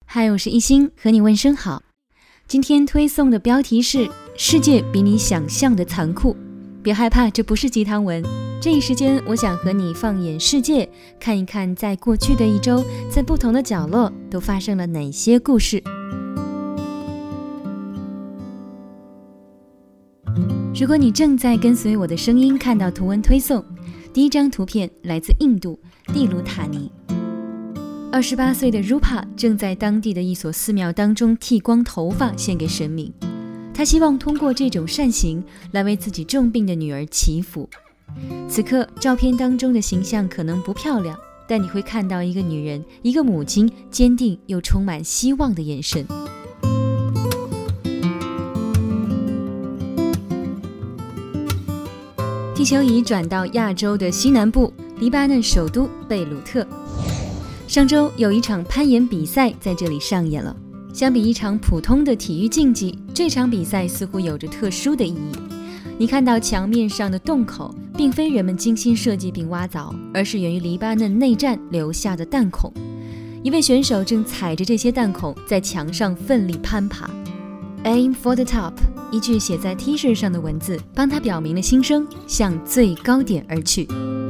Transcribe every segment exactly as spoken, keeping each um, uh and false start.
嗨，我是一心，和你问声好。今天推送的标题是世界比你想象的残酷。别害怕，这不是鸡汤文。这一时间，我想和你放眼世界，看一看在过去的一周，在不同的角落都发生了哪些故事。如果你正在跟随我的声音看到图文推送，第一张图片来自印度蒂鲁塔尼。二十八岁的 Rupa 正在当地的一所寺庙当中剃光头发献给神明，他希望通过这种善行来为自己重病的女儿祈福。此刻照片当中的形象可能不漂亮，但你会看到一个女人，一个母亲坚定又充满希望的眼神。地球仪转到亚洲的西南部，黎巴嫩首都贝鲁特。上周有一场攀岩比赛在这里上演了。相比一场普通的体育竞技，这场比赛似乎有着特殊的意义。你看到墙面上的洞口，并非人们精心设计并挖凿，而是源于黎巴嫩内战留下的弹孔。一位选手正踩着这些弹孔在墙上奋力攀爬。 Aim for the top， 一句写在 T 恤上的文字帮他表明了心声，向最高点而去。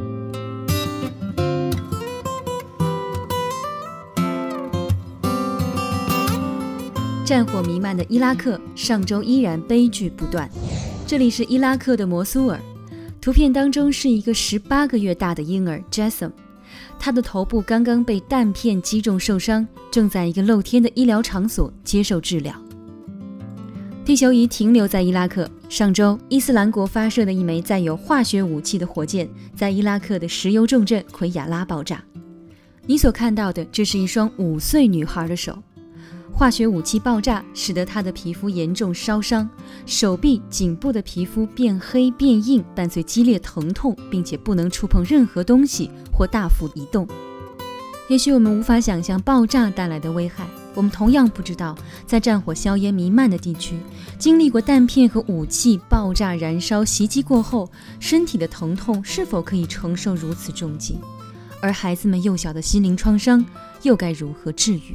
战火弥漫的伊拉克，上周依然悲剧不断。这里是伊拉克的摩苏尔，图片当中是一个十八个月大的婴儿 Jassim， 他的头部刚刚被弹片击中受伤，正在一个露天的医疗场所接受治疗。地球仪停留在伊拉克，上周伊斯兰国发射的一枚载有化学武器的火箭，在伊拉克的石油重镇奎亚拉爆炸。你所看到的，这是一双五岁女孩的手。化学武器爆炸使得她的皮肤严重烧伤，手臂、颈部的皮肤变黑变硬，伴随激烈疼痛，并且不能触碰任何东西或大幅移动。也许我们无法想象爆炸带来的危害，我们同样不知道在战火硝烟弥漫的地区，经历过弹片和武器爆炸燃烧袭击过后，身体的疼痛是否可以承受如此重击，而孩子们幼小的心灵创伤又该如何治愈？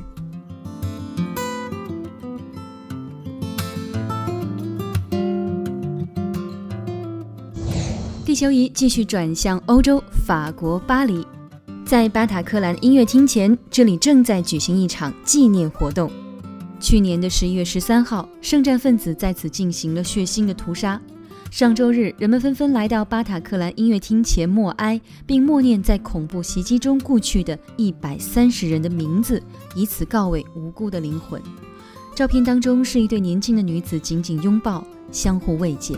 地球仪继续转向欧洲，法国巴黎。在巴塔克兰音乐厅前，这里正在举行一场纪念活动。去年的十一月十三号，圣战分子在此进行了血腥的屠杀。上周日，人们纷纷来到巴塔克兰音乐厅前默哀，并默念在恐怖袭击中故去的一百三十人的名字，以此告慰无辜的灵魂。照片当中是一对年轻的女子紧紧拥抱，相互慰藉。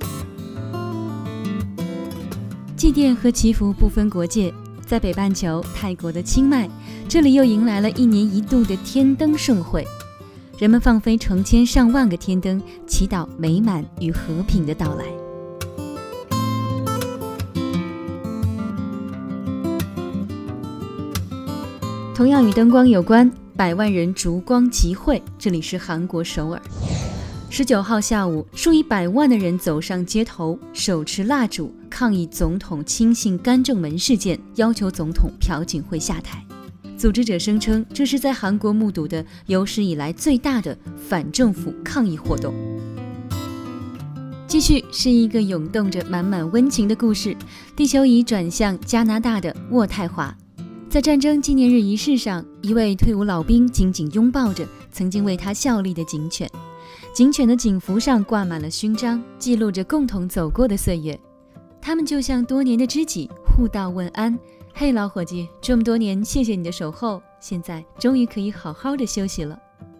祭奠和祈福不分国界，在北半球泰国的清迈，这里又迎来了一年一度的天灯盛会。人们放飞成千上万个天灯，祈祷美满与和平的到来。同样与灯光有关，百万人烛光集会，这里是韩国首尔。十九号下午，数以百万的人走上街头，手持蜡烛抗议总统亲信干政门事件，要求总统朴槿惠下台。组织者声称，这是在韩国目睹的有史以来最大的反政府抗议活动。继续是一个涌动着满满温情的故事，地球仪转向加拿大的渥太华。在战争纪念日仪式上，一位退伍老兵紧紧拥抱着曾经为他效力的警犬。警犬的警服上挂满了勋章，记录着共同走过的岁月。他们就像多年的知己，互道问安。嘿，老伙计，这么多年，谢谢你的守候，现在终于可以好好的休息了。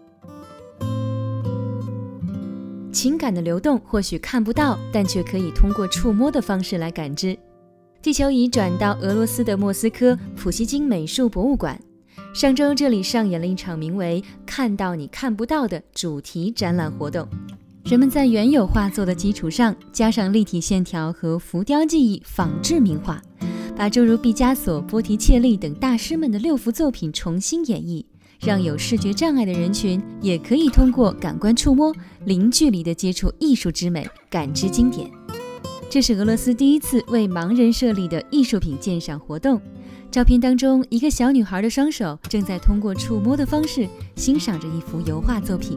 情感的流动或许看不到，但却可以通过触摸的方式来感知。地球仪转到俄罗斯的莫斯科普希金美术博物馆。上周这里上演了一场名为看到你看不到的主题展览活动。人们在原有画作的基础上加上立体线条和浮雕技艺仿制名画，把诸如毕加索、波提切利等大师们的六幅作品重新演绎，让有视觉障碍的人群也可以通过感官触摸零距离地接触艺术之美，感知经典。这是俄罗斯第一次为盲人设立的艺术品鉴赏活动， 照片当中，一个小女孩的双手正在通过触摸的方式欣赏着一幅油画作品。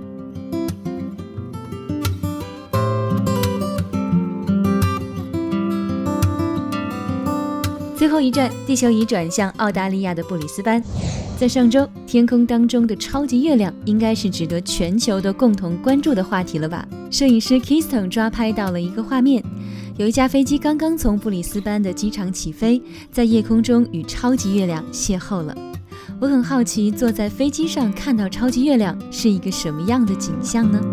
最后一站，地球仪转向澳大利亚的布里斯班。在上周，天空当中的超级月亮应该是值得全球的共同关注的话题了吧？摄影师 Keystone 抓拍到了一个画面，有一架飞机刚刚从布里斯班的机场起飞，在夜空中与超级月亮邂逅了。我很好奇，坐在飞机上看到超级月亮是一个什么样的景象呢？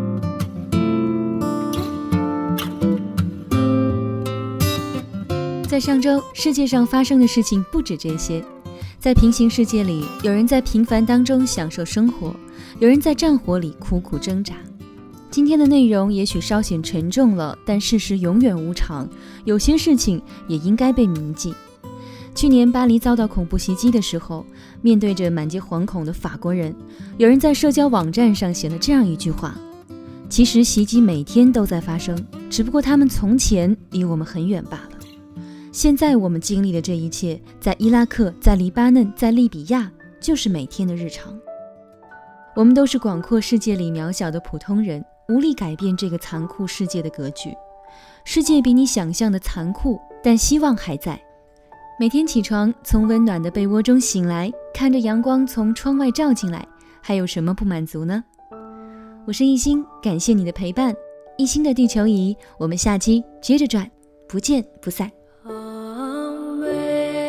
在上周，世界上发生的事情不止这些。在平行世界里，有人在平凡当中享受生活，有人在战火里苦苦挣扎。今天的内容也许稍显沉重了，但事实永远无常，有些事情也应该被铭记。去年巴黎遭到恐怖袭击的时候，面对着满街惶恐的法国人，有人在社交网站上写了这样一句话：其实袭击每天都在发生，只不过他们从前离我们很远罢了。现在我们经历的这一切，在伊拉克，在黎巴嫩，在利比亚，就是每天的日常。我们都是广阔世界里渺小的普通人，无力改变这个残酷世界的格局。世界比你想象的残酷，但希望还在。每天起床，从温暖的被窝中醒来，看着阳光从窗外照进来，还有什么不满足呢？我是一心，感谢你的陪伴。一心的地球仪，我们下期接着转，不见不散。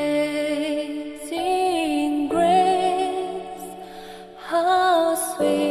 Amazing grace, how sweet